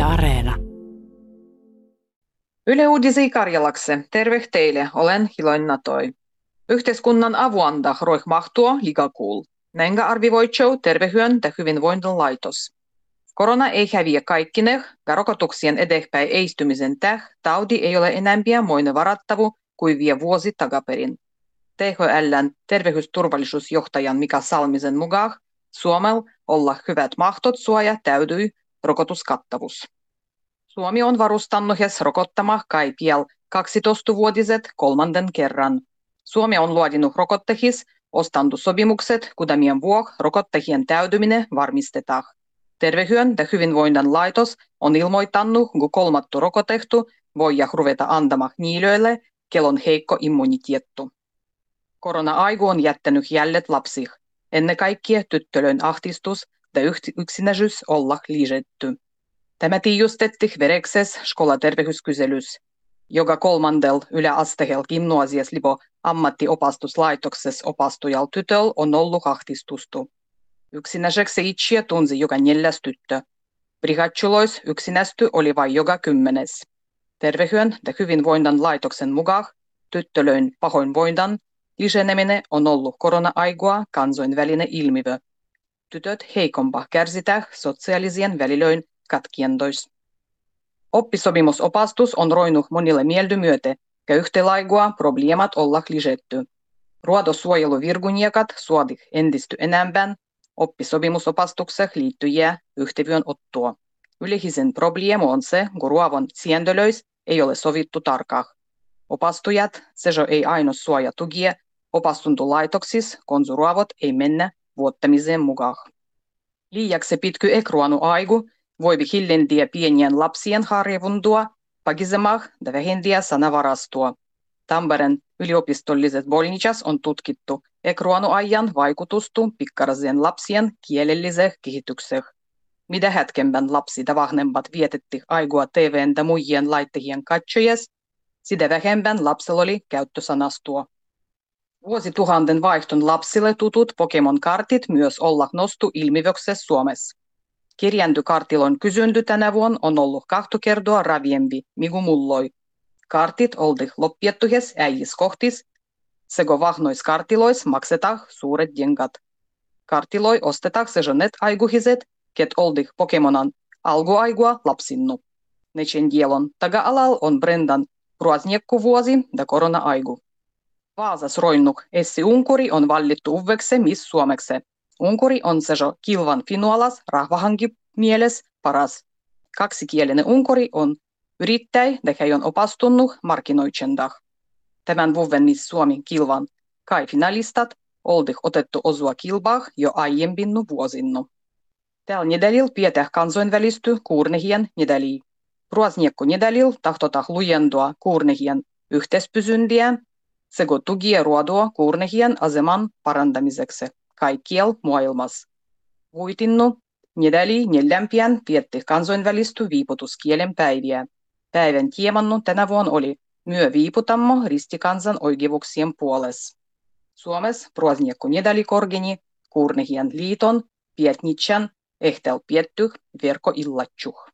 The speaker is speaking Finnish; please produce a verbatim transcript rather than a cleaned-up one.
Yle Areena. Yle Uudisi Karjalakse. Terve teille, olen Hiloin Natoi. Yhteiskunnan avuanda roih mahtua ligakuul. Nenga arvivoitsou tervehyön ja hyvinvoinnin laitos. Korona ei häviä kaikkineh, ja rokotuksien edespäin eistymisen täh taudi ei ole enämpiä moinen varattavu kuin vie vuosi takaperin. T H L:n terveysturvallisuusjohtajan Mika Salmisen mukaan Suomella olla hyvät mahtot suoja täydyi rokotuskattavuus. Suomi on varustannut rokottama kaikkial kaksitoistavuotiset kolmannen kerran. Suomi on luodinut rokottehis ostanut sopimukset, kudamien vuok rokottajien täydyminen varmistetaan. Tervehyön ja hyvinvoinnin laitos on ilmoittanut, kun kolmattu rokotehtu voi ruveta antamaan niilöille, kellon heikko immuniteettu. Korona-aiku on jättänyt jäljet lapsih. Ennen kaikkea tyttölön ahtistus ja yksinäisyys olla liisetty. Tämä tiijustetti verekses skolaterveyskyselys. Joka kolmandel yläastehel gimnasias libo ammattiopastuslaitoksessa opastujal tytöl on ollut ahtistustu. Yksinäiseksi itseä tunsi joka neljäs tyttö. Brigatsulois yksinästy oli vain joka kymmenes. Tervehyön ja hyvinvoinnin laitoksen mukaan tyttölöin pahoinvoinnan lisäneminen on ollut korona-aikua kansainvälinen ilmiö. Tytöt heikompa kärsitään sosiaalisien välilöin katkiendois. Oppisopimusopastus on roinut monille mieldymyöte, ja yhtälaigua probleemat olla lisätty. Ruodosuojeluvirguniekat suodih endisty enempään oppisopimusopastukseen liittyjiä yhteyden ottua. Yleisin probleemu on se, kun ruovon siendölöis ei ole sovittu tarkkaan. Opastujat, sejo ei aino suoja tugie, opastuntulaitoksis, kun ruovot ei mennä vuottamiseen mukaan. Liiaksi pitky ekruanu aigu voi hillintiä pienien lapsien harjavuntua, pagisemah ja vähendiä sanavarastua. Tampereen yliopistolliset bolnichas on tutkittu ekruanuajan vaikutustu pikkarasien lapsien kielelliseen kehitykseen. Mitä hetkempän lapsi ja vahnempat vietetti aigua T V:n ja muijien laittehien katsojes, sitä vähempän lapsella oli käyttösanastua. Vuosituhannen vaihtun lapsille tutut Pokemon-kartit myös olla nostu ilmivyksessä Suomessa. Kirjantykartilon kysynty tänä vuonna on ollut kahta kertaa raviempi, migu mulloi. Kartit oldi loppiettuhes äijiskohtis, sego vahnois kartilois maksetaan suuret jengat. Kartiloi ostetaan sejonet aiguhiset, ket oldi Pokemonan alkuaigua lapsinnu. Nechen dielon taga-alal on Brendan Pruasniekku-vuosi ja korona-aigu. Vaasas roinnuk essi unkuri on vallittu uvekse miss Suomekse. Unkuri on sejo kilvan finualas rahvahanki mieles paras. Kaksikielinen unkuri on yrittäjä ja he on opastunut markkinoitsendah. Tämän vuoden miss Suomi kilvan kai finalistat oldi otettu osua kilbah jo aiempinnu vuosinnu. Tällä nedälil pietää kansainvälisty kuurnehien nedäli. Pruasniekku nedälil tahtotaan lujendua kuurnehien yhteispysyntiä sego tugie ruodoa kuurnehien aseman parantamiseksi kaikkial maailmassa. Vuitinnu nedäli neljämpiän vietti kansainvälisty viiputuskielen päiviä. Päivän tiemannu tänä vuonna oli myö viiputammo ristikansan oikeuksien puolessa. Suomessa Pruasniekku nedäli korgeni kuurnehien liiton pietnitsän ehtel pietty verkoillatjuh.